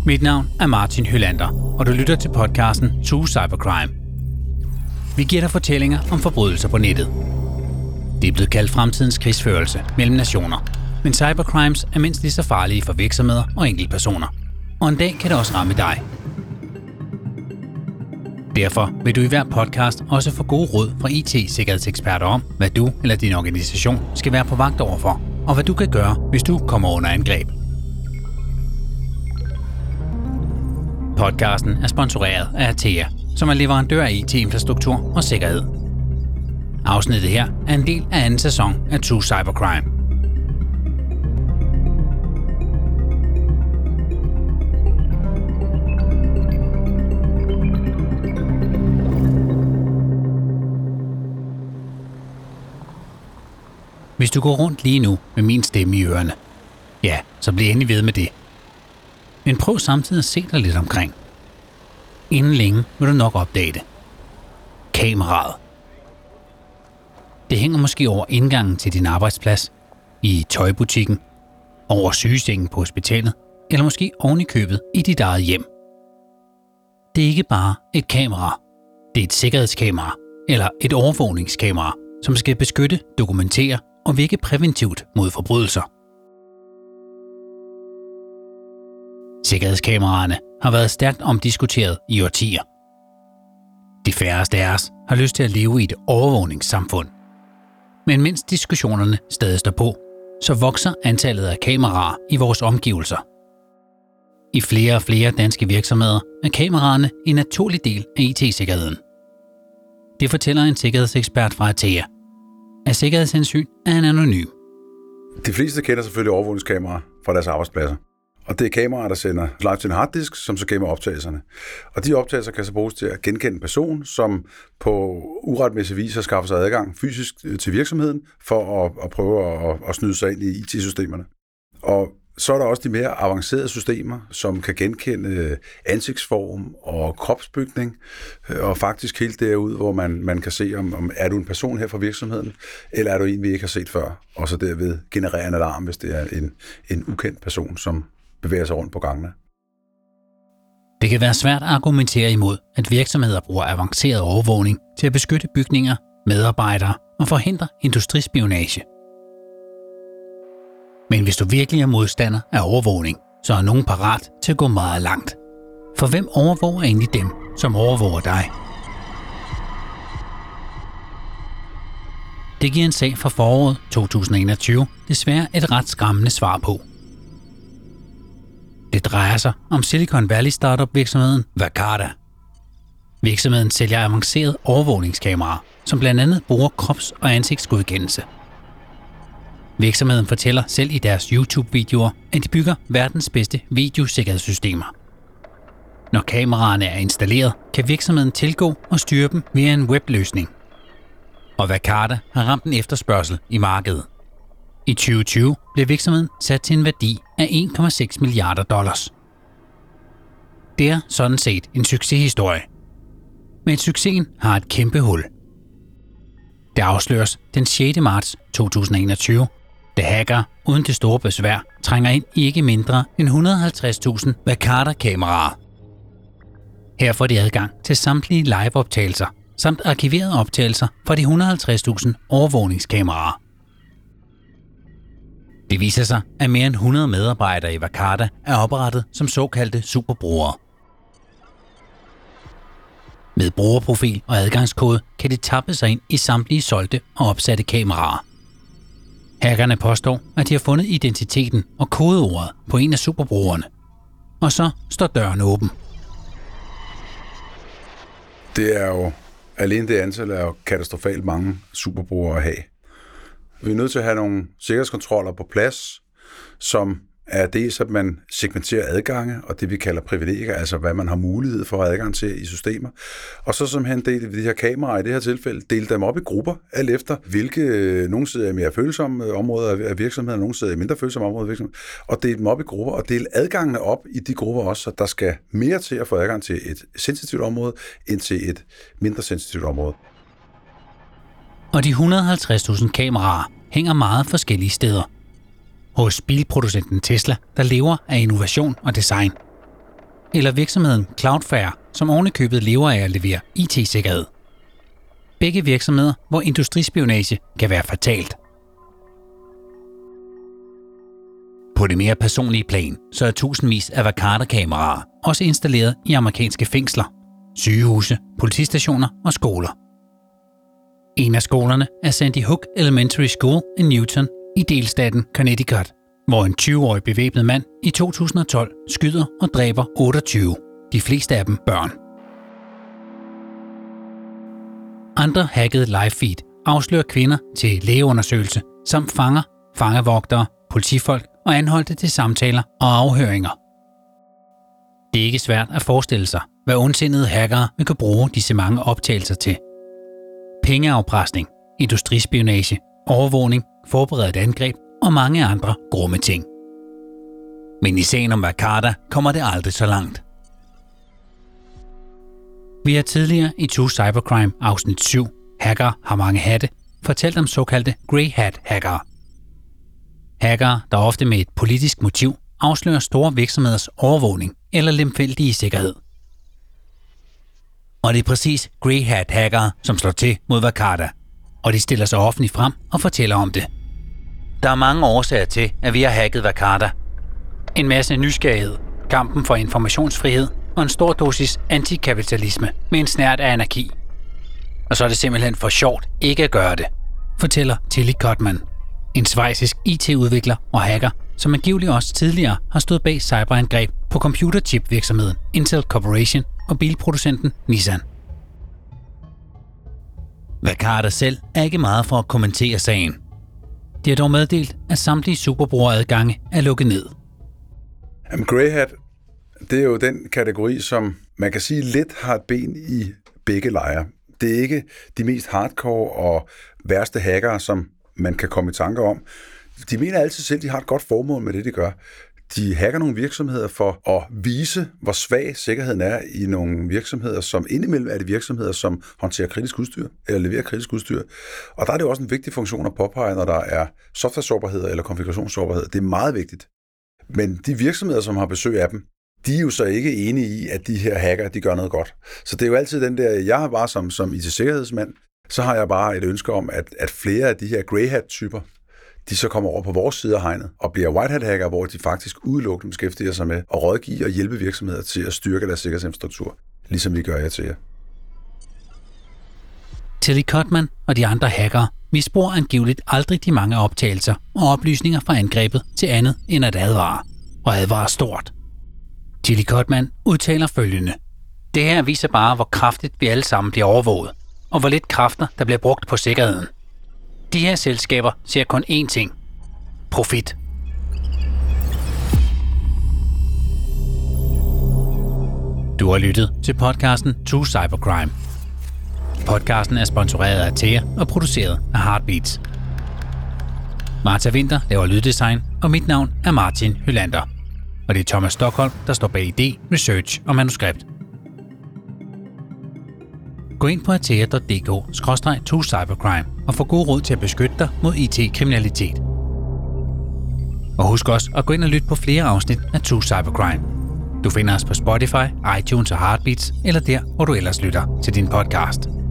Mit navn er Martin Hylander, og du lytter til podcasten True Cybercrime. Vi giver dig fortællinger om forbrydelser på nettet. Det er blevet kaldt fremtidens krigsførelse mellem nationer, men cybercrimes er mindst lige så farlige for virksomheder og enkeltpersoner. Og en dag kan det også ramme dig. Derfor vil du i hver podcast også få gode råd fra IT-sikkerhedseksperter om, hvad du eller din organisation skal være på vagt overfor, og hvad du kan gøre, hvis du kommer under angreb. Podcasten er sponsoreret af Atea, som er leverandør af IT-infrastruktur og sikkerhed. Afsnittet her er en del af anden sæson af True Cybercrime. Hvis du går rundt lige nu med min stemme i ørerne, ja, så bliv endelig ved med det. Men prøv samtidig at se dig lidt omkring. Inden længe vil du nok opdage det. Kameraet. Det hænger måske over indgangen til din arbejdsplads, i tøjbutikken, over sygesengen på hospitalet, eller måske oven i købet i dit eget hjem. Det er ikke bare et kamera. Det er et sikkerhedskamera, eller et overvågningskamera, som skal beskytte, dokumentere og virke præventivt mod forbrydelser. Sikkerhedskameraerne har været stærkt omdiskuteret i årtier. De færreste af os har lyst til at leve i et overvågningssamfund. Men mens diskussionerne stadig står på, så vokser antallet af kameraer i vores omgivelser. I flere og flere danske virksomheder er kameraerne en naturlig del af IT-sikkerheden. Det fortæller en sikkerhedsekspert fra Atea. Af sikkerhedshensyn er han anonym. De fleste kender selvfølgelig overvågningskameraer fra deres arbejdspladser. Og det er kameraer, der sender live til en harddisk, som så gemmer optagelserne. Og de optagelser kan så bruges til at genkende en person, som på uretmæssig vis har skaffet sig adgang fysisk til virksomheden, for at prøve at snyde sig ind i IT-systemerne. Og så er der også de mere avancerede systemer, som kan genkende ansigtsform og kropsbygning, og faktisk helt derud, hvor man kan se, om er du en person her fra virksomheden, eller er du en, vi ikke har set før, og så derved generere en alarm, hvis det er en ukendt person, som bevæger sig rundt på gangene. Det kan være svært at argumentere imod, at virksomheder bruger avanceret overvågning til at beskytte bygninger, medarbejdere og forhindre industrispionage. Men hvis du virkelig er modstander af overvågning, så er nogen parat til at gå meget langt. For hvem overvåger egentlig dem, som overvåger dig? Det giver en sag fra foråret 2021 desværre et ret skræmmende svar på. Det drejer sig om Silicon Valley startup virksomheden Verkada. Virksomheden sælger avanceret overvågningskameraer, som blandt andet bruger krops- og ansigtsgodkendelse. Virksomheden fortæller selv i deres YouTube-videoer, at de bygger verdens bedste videosikkerhedssystemer. Når kameraerne er installeret, kan virksomheden tilgå og styre dem via en webløsning. Og Verkada har ramt en efterspørgsel i markedet. I 2020 blev virksomheden sat til en værdi af $1,6 milliarder. Det er sådan set en succeshistorie. Men succesen har et kæmpe hul. Det afsløres den 6. marts 2021, da hacker uden det store besvær trænger ind i ikke mindre end 150.000 Verkada-kameraer. Her får de adgang til samtlige live-optagelser samt arkiverede optagelser fra de 150.000 overvågningskameraer. Det viser sig, at mere end 100 medarbejdere i Verkada er oprettet som såkaldte superbrugere. Med brugerprofil og adgangskode kan de tappe sig ind i samtlige solgte og opsatte kameraer. Hackerne påstår, at de har fundet identiteten og kodeordet på en af superbrugerne. Og så står døren åben. Det er jo alene det antal er jo katastrofalt mange superbrugere at have. Vi er nødt til at have nogle sikkerhedskontroller på plads, som er det, at man segmenterer adgange, og det vi kalder privilegier, altså hvad man har mulighed for at have adgang til i systemer. Og så simpelthen dele de her kameraer i det her tilfælde, dele dem op i grupper, alt efter hvilke, nogle sidder i mere følsomme områder af virksomheden, nogle sidder i mindre følsomme områder af virksomheden, og dele dem op i grupper, og dele adgangene op i de grupper også, så der skal mere til at få adgang til et sensitivt område, end til et mindre sensitivt område. Og de 150.000 kameraer hænger meget forskellige steder. Hos bilproducenten Tesla, der lever af innovation og design. eller virksomheden Cloudflare, som ovenikøbet lever af at levere IT-sikkerhed. Begge virksomheder, hvor industrispionage kan være fatalt. På det mere personlige plan, så er tusindvis af Verkada-kameraer også installeret i amerikanske fængsler, sygehuse, politistationer og skoler. En af skolerne er Sandy Hook Elementary School i Newton i delstaten Connecticut, hvor en 20-årig bevæbnet mand i 2012 skyder og dræber 28, de fleste af dem børn. Andre hackede live-feed afslører kvinder til lægeundersøgelse samt fanger, fangevogtere, politifolk og anholdte til samtaler og afhøringer. Det er ikke svært at forestille sig, hvad ondsindede hackere vil kunne bruge disse mange optagelser til. Pengeafpresning, industrispionage, overvågning, forberedt angreb og mange andre grumme ting. Men i sagen om Verkada kommer det aldrig så langt. Vi har tidligere i True Cybercrime afsnit 7, Hackere har mange hatte, fortalt om såkaldte Grey Hat hackere. Hackere, der ofte med et politisk motiv afslører store virksomheders overvågning eller lemfældige sikkerhed. Og det er præcis Grey Hat hackere, som slår til mod Verkada, og de stiller sig offentligt frem og fortæller om det. Der er mange årsager til, at vi har hacket Verkada. En masse nysgerrighed, kampen for informationsfrihed og en stor dosis antikapitalisme med en snert af anarki. Og så er det simpelthen for sjovt ikke at gøre det, fortæller Tilly Cotman, en schweizisk IT-udvikler og hacker, som angiveligt også tidligere har stået bag cyberangreb på computerchip-virksomheden Intel Corporation og bilproducenten Nissan. Verkada selv er ikke meget for at kommentere sagen. De har dog meddelt, at samtlige superbrugeradgange er lukket ned. Grey Hat, det er jo den kategori, som man kan sige lidt har et ben i begge lejre. Det er ikke de mest hardcore og værste hackere, som man kan komme i tanker om. De mener altid selv, at de har et godt formål med det, de gør. De hacker nogle virksomheder for at vise, hvor svag sikkerheden er i nogle virksomheder, som indimellem er det virksomheder, som håndterer kritisk udstyr, eller leverer kritisk udstyr. Og der er det også en vigtig funktion at påpege, når der er software-sårbarheder eller konfigurationssårbarheder. Det er meget vigtigt. Men de virksomheder, som har besøg af dem, de er jo så ikke enige i, at de her hacker, de gør noget godt. Så det er jo altid den der, jeg har bare som IT-sikkerhedsmand, så har jeg bare et ønske om, at flere af de her Grey Hat-typer, de så kommer over på vores side af hegnet og bliver White Hat-hacker, hvor de faktisk udelukkende beskæftiger sig med at rådgive og hjælpe virksomheder til at styrke deres sikkerhedsinfrastruktur, ligesom vi gør jer til jer. Tilly Cotman og de andre hackere misbruger angiveligt aldrig de mange optagelser og oplysninger fra angrebet til andet end at advare, og advare stort. Tilly Cotman udtaler følgende: Det her viser bare, hvor kraftigt vi alle sammen bliver overvåget, og hvor lidt kræfter, der bliver brugt på sikkerheden. De her selskaber ser kun én ting: profit. Du har lyttet til podcasten True Cybercrime. Podcasten er sponsoreret af Thea og produceret af Heartbeats. Martha Winter laver lyddesign, og mit navn er Martin Hylander. Og det er Thomas Stockholm, der står bag idé, research og manuskript. Gå ind på atea.dk/True Cybercrime og få gode råd til at beskytte dig mod IT-kriminalitet. Og husk også at gå ind og lytte på flere afsnit af True Cybercrime. Du finder os på Spotify, iTunes og Heartbeats, eller der, hvor du ellers lytter til din podcast.